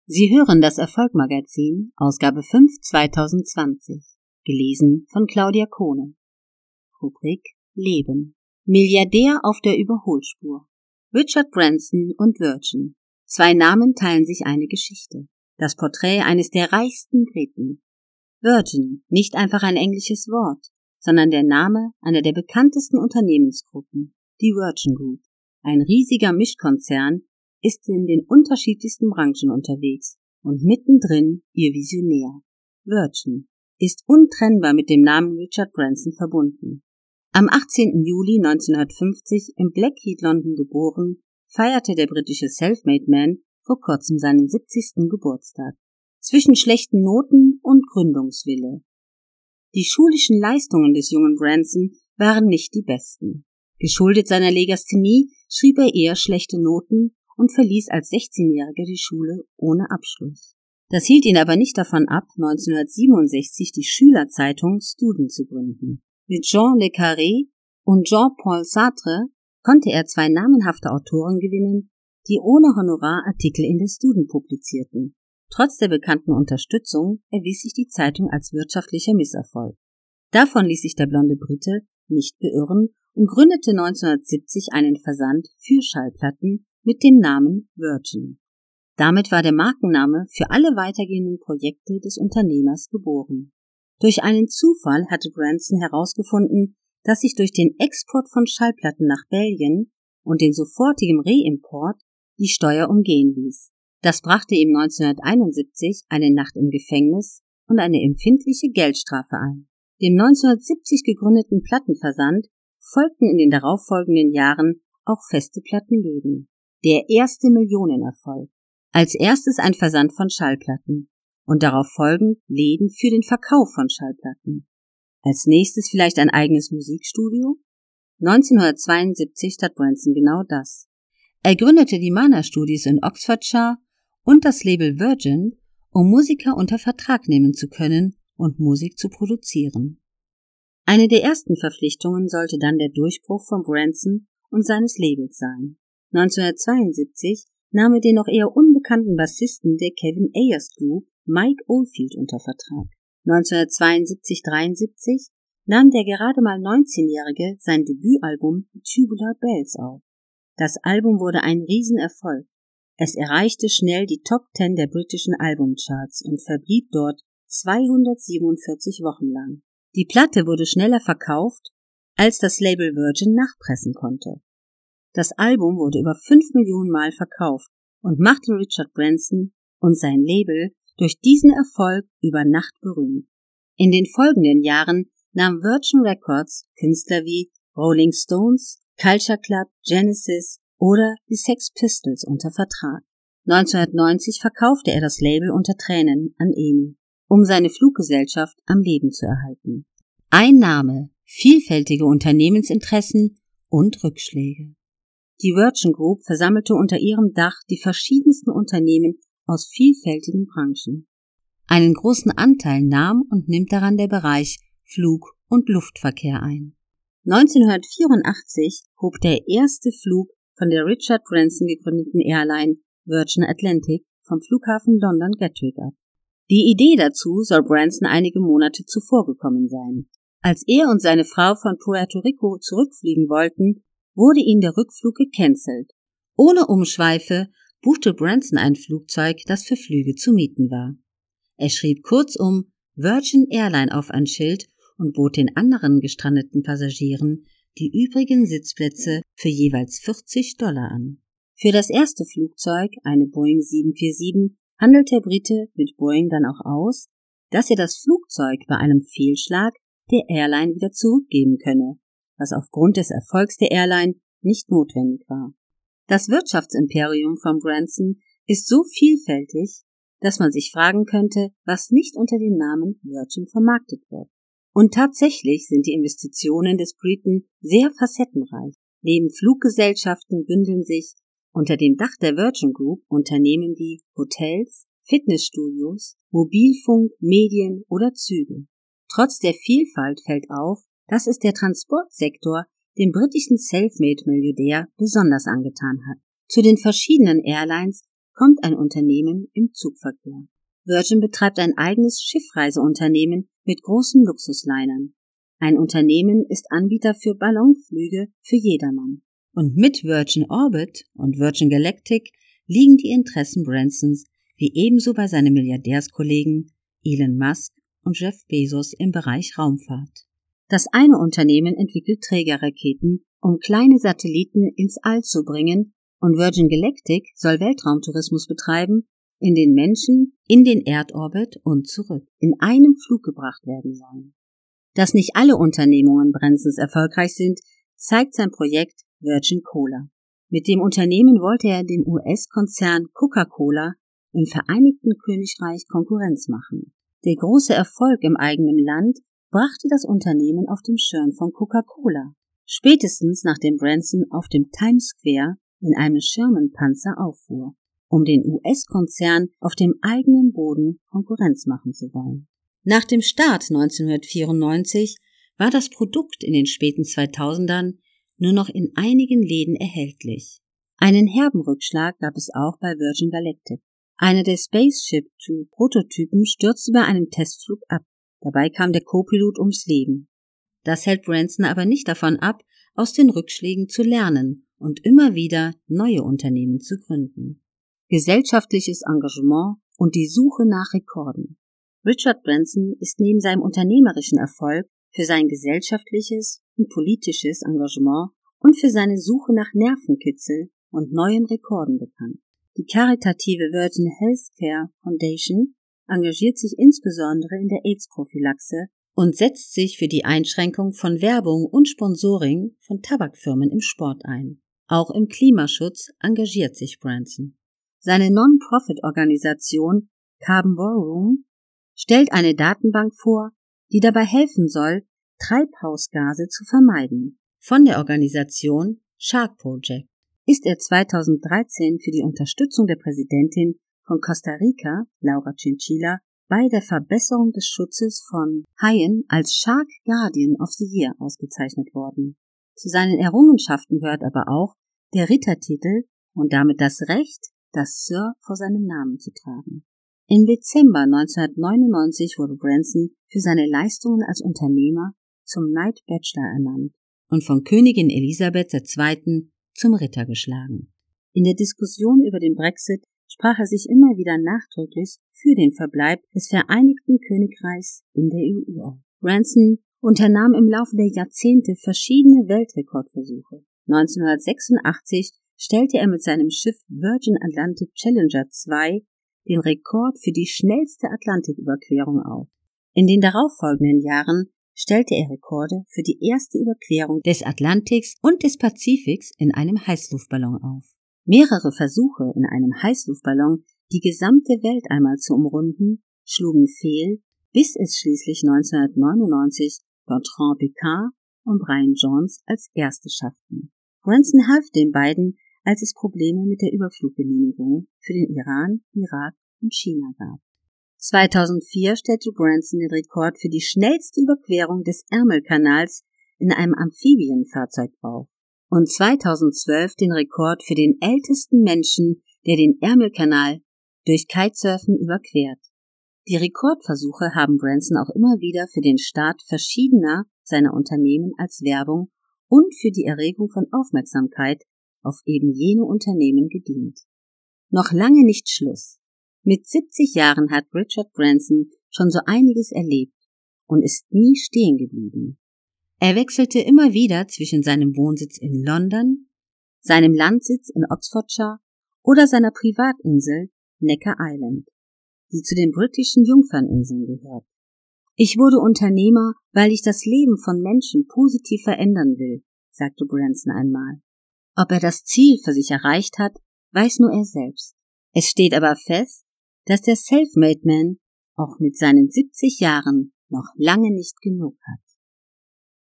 Sie hören das Erfolg-Magazin, Ausgabe 5, 2020, gelesen von Claudia Kohne. Rubrik Leben. Milliardär auf der Überholspur. Richard Branson und Virgin. Zwei Namen teilen sich eine Geschichte. Das Porträt eines der reichsten Briten. Virgin, nicht einfach ein englisches Wort, sondern der Name einer der bekanntesten Unternehmensgruppen, die Virgin Group. Ein riesiger Mischkonzern, ist in den unterschiedlichsten Branchen unterwegs und mittendrin ihr Visionär. Virgin ist untrennbar mit dem Namen Richard Branson verbunden. Am 18. Juli 1950 in Blackheath, London geboren, feierte der britische Selfmade-Man vor kurzem seinen 70. Geburtstag. Zwischen schlechten Noten und Gründungswille. Die schulischen Leistungen des jungen Branson waren nicht die besten. Geschuldet seiner Legasthenie schrieb er eher schlechte Noten und verließ als 16-Jähriger die Schule ohne Abschluss. Das hielt ihn aber nicht davon ab, 1967 die Schülerzeitung Student zu gründen. Mit Jean Le Carré und Jean-Paul Sartre konnte er zwei namenhafte Autoren gewinnen, die ohne Honorar Artikel in der Student publizierten. Trotz der bekannten Unterstützung erwies sich die Zeitung als wirtschaftlicher Misserfolg. Davon ließ sich der blonde Brite nicht beirren und gründete 1970 einen Versand für Schallplatten mit dem Namen Virgin. Damit war der Markenname für alle weitergehenden Projekte des Unternehmers geboren. Durch einen Zufall hatte Branson herausgefunden, dass sich durch den Export von Schallplatten nach Belgien und den sofortigen Reimport die Steuer umgehen ließ. Das brachte ihm 1971 eine Nacht im Gefängnis und eine empfindliche Geldstrafe ein. Dem 1970 gegründeten Plattenversand folgten in den darauffolgenden Jahren auch feste Plattenläden. Der erste Millionenerfolg. Als erstes ein Versand von Schallplatten und darauf folgend Läden für den Verkauf von Schallplatten. Als nächstes vielleicht ein eigenes Musikstudio? 1972 tat Branson genau das. Er gründete die Mana Studios in Oxfordshire und das Label Virgin, um Musiker unter Vertrag nehmen zu können und Musik zu produzieren. Eine der ersten Verpflichtungen sollte dann der Durchbruch von Branson und seines Labels sein. 1972 nahm er den noch eher unbekannten Bassisten der Kevin Ayers Group, Mike Oldfield, unter Vertrag. 1972-73 nahm der gerade mal 19-Jährige sein Debütalbum Tubular Bells auf. Das Album wurde ein Riesenerfolg. Es erreichte schnell die Top 10 der britischen Albumcharts und verblieb dort 247 Wochen lang. Die Platte wurde schneller verkauft, als das Label Virgin nachpressen konnte. Das Album wurde über 5 Millionen Mal verkauft und machte Richard Branson und sein Label durch diesen Erfolg über Nacht berühmt. In den folgenden Jahren nahm Virgin Records Künstler wie Rolling Stones, Culture Club, Genesis oder die Sex Pistols unter Vertrag. 1990 verkaufte er das Label unter Tränen an EMI, um seine Fluggesellschaft am Leben zu erhalten. Ein Name, vielfältige Unternehmensinteressen und Rückschläge. Die Virgin Group versammelte unter ihrem Dach die verschiedensten Unternehmen aus vielfältigen Branchen. Einen großen Anteil nahm und nimmt daran der Bereich Flug- und Luftverkehr ein. 1984 hob der erste Flug von der Richard Branson gegründeten Airline Virgin Atlantic vom Flughafen London Gatwick ab. Die Idee dazu soll Branson einige Monate zuvor gekommen sein. Als er und seine Frau von Puerto Rico zurückfliegen wollten, wurde ihnen der Rückflug gecancelt. Ohne Umschweife buchte Branson ein Flugzeug, das für Flüge zu mieten war. Er schrieb kurzum Virgin Airline auf ein Schild und bot den anderen gestrandeten Passagieren die übrigen Sitzplätze für jeweils $40 an. Für das erste Flugzeug, eine Boeing 747, handelt der Brite mit Boeing dann auch aus, dass er das Flugzeug bei einem Fehlschlag der Airline wieder zurückgeben könne, was aufgrund des Erfolgs der Airline nicht notwendig war. Das Wirtschaftsimperium von Branson ist so vielfältig, dass man sich fragen könnte, was nicht unter dem Namen Virgin vermarktet wird. Und tatsächlich sind die Investitionen des Briten sehr facettenreich. Neben Fluggesellschaften bündeln sich unter dem Dach der Virgin Group Unternehmen wie Hotels, Fitnessstudios, Mobilfunk, Medien oder Züge. Trotz der Vielfalt fällt auf, dass es der Transportsektor dem britischen Selfmade-Milliardär besonders angetan hat. Zu den verschiedenen Airlines kommt ein Unternehmen im Zugverkehr. Virgin betreibt ein eigenes Schiffreiseunternehmen mit großen Luxuslinern. Ein Unternehmen ist Anbieter für Ballonflüge für jedermann. Und mit Virgin Orbit und Virgin Galactic liegen die Interessen Bransons wie ebenso bei seinen Milliardärskollegen Elon Musk und Jeff Bezos im Bereich Raumfahrt. Das eine Unternehmen entwickelt Trägerraketen, um kleine Satelliten ins All zu bringen, und Virgin Galactic soll Weltraumtourismus betreiben, in den Menschen in den Erdorbit und zurück in einem Flug gebracht werden sollen. Dass nicht alle Unternehmungen Bransons erfolgreich sind, zeigt sein Projekt Virgin Cola. Mit dem Unternehmen wollte er dem US-Konzern Coca-Cola im Vereinigten Königreich Konkurrenz machen. Der große Erfolg im eigenen Land brachte das Unternehmen auf dem Schirm von Coca-Cola. Spätestens nachdem Branson auf dem Times Square in einem Sherman-Panzer auffuhr, um den US-Konzern auf dem eigenen Boden Konkurrenz machen zu wollen. Nach dem Start 1994 war das Produkt in den späten 2000ern nur noch in einigen Läden erhältlich. Einen herben Rückschlag gab es auch bei Virgin Galactic. Einer der Spaceship Two Prototypen stürzte bei einem Testflug ab. Dabei kam der Co-Pilot ums Leben. Das hält Branson aber nicht davon ab, aus den Rückschlägen zu lernen und immer wieder neue Unternehmen zu gründen. Gesellschaftliches Engagement und die Suche nach Rekorden. Richard Branson ist neben seinem unternehmerischen Erfolg für sein gesellschaftliches und politisches Engagement und für seine Suche nach Nervenkitzel und neuen Rekorden bekannt. Die karitative Virgin Healthcare Foundation engagiert sich insbesondere in der AIDS-Prophylaxe und setzt sich für die Einschränkung von Werbung und Sponsoring von Tabakfirmen im Sport ein. Auch im Klimaschutz engagiert sich Branson. Seine Non-Profit-Organisation Carbon War Room stellt eine Datenbank vor, die dabei helfen soll, Treibhausgase zu vermeiden. Von der Organisation Shark Project ist er 2013 für die Unterstützung der Präsidentin von Costa Rica, Laura Chinchilla, bei der Verbesserung des Schutzes von Haien als Shark Guardian of the Year ausgezeichnet worden. Zu seinen Errungenschaften gehört aber auch der Rittertitel und damit das Recht, das Sir vor seinem Namen zu tragen. Im Dezember 1999 wurde Branson für seine Leistungen als Unternehmer zum Knight Bachelor ernannt und von Königin Elisabeth II. Zum Ritter geschlagen. In der Diskussion über den Brexit sprach er sich immer wieder nachdrücklich für den Verbleib des Vereinigten Königreichs in der EU auf. Branson unternahm im Laufe der Jahrzehnte verschiedene Weltrekordversuche. 1986 stellte er mit seinem Schiff Virgin Atlantic Challenger 2 den Rekord für die schnellste Atlantiküberquerung auf. In den darauffolgenden Jahren stellte er Rekorde für die erste Überquerung des Atlantiks und des Pazifiks in einem Heißluftballon auf. Mehrere Versuche, in einem Heißluftballon die gesamte Welt einmal zu umrunden, schlugen fehl, bis es schließlich 1999 Bertrand Piccard und Brian Jones als erste schafften. Branson half den beiden, als es Probleme mit der Überfluggenehmigung für den Iran, Irak und China gab. 2004 stellte Branson den Rekord für die schnellste Überquerung des Ärmelkanals in einem Amphibienfahrzeug auf und 2012 den Rekord für den ältesten Menschen, der den Ärmelkanal durch Kitesurfen überquert. Die Rekordversuche haben Branson auch immer wieder für den Start verschiedener seiner Unternehmen als Werbung und für die Erregung von Aufmerksamkeit auf eben jene Unternehmen gedient. Noch lange nicht Schluss. Mit 70 Jahren hat Richard Branson schon so einiges erlebt und ist nie stehen geblieben. Er wechselte immer wieder zwischen seinem Wohnsitz in London, seinem Landsitz in Oxfordshire oder seiner Privatinsel Necker Island, die zu den britischen Jungferninseln gehört. Ich wurde Unternehmer, weil ich das Leben von Menschen positiv verändern will, sagte Branson einmal. Ob er das Ziel für sich erreicht hat, weiß nur er selbst. Es steht aber fest, dass der Self-Made Man auch mit seinen 70 Jahren noch lange nicht genug hat.